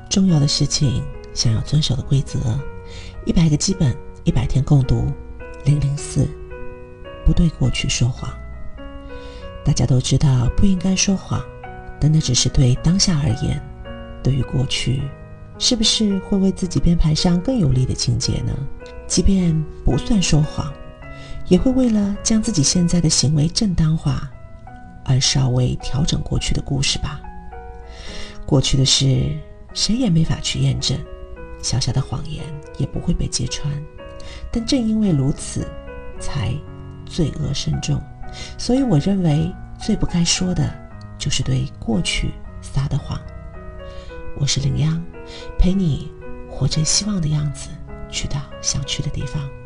重要的事情，想要遵守的规则，100个基本，100天共读004，不对过去说谎。大家都知道不应该说谎，但那只是对当下而言。对于过去，是不是会为自己编排上更有利的情节呢？即便不算说谎，也会为了将自己现在的行为正当化，而稍微调整过去的故事吧。过去的事，谁也没法去验证，小小的谎言也不会被揭穿。但正因为如此，才罪恶深重。所以我认为最不该说的，就是对过去撒的谎。我是林央，陪你活成希望的样子，去到想去的地方。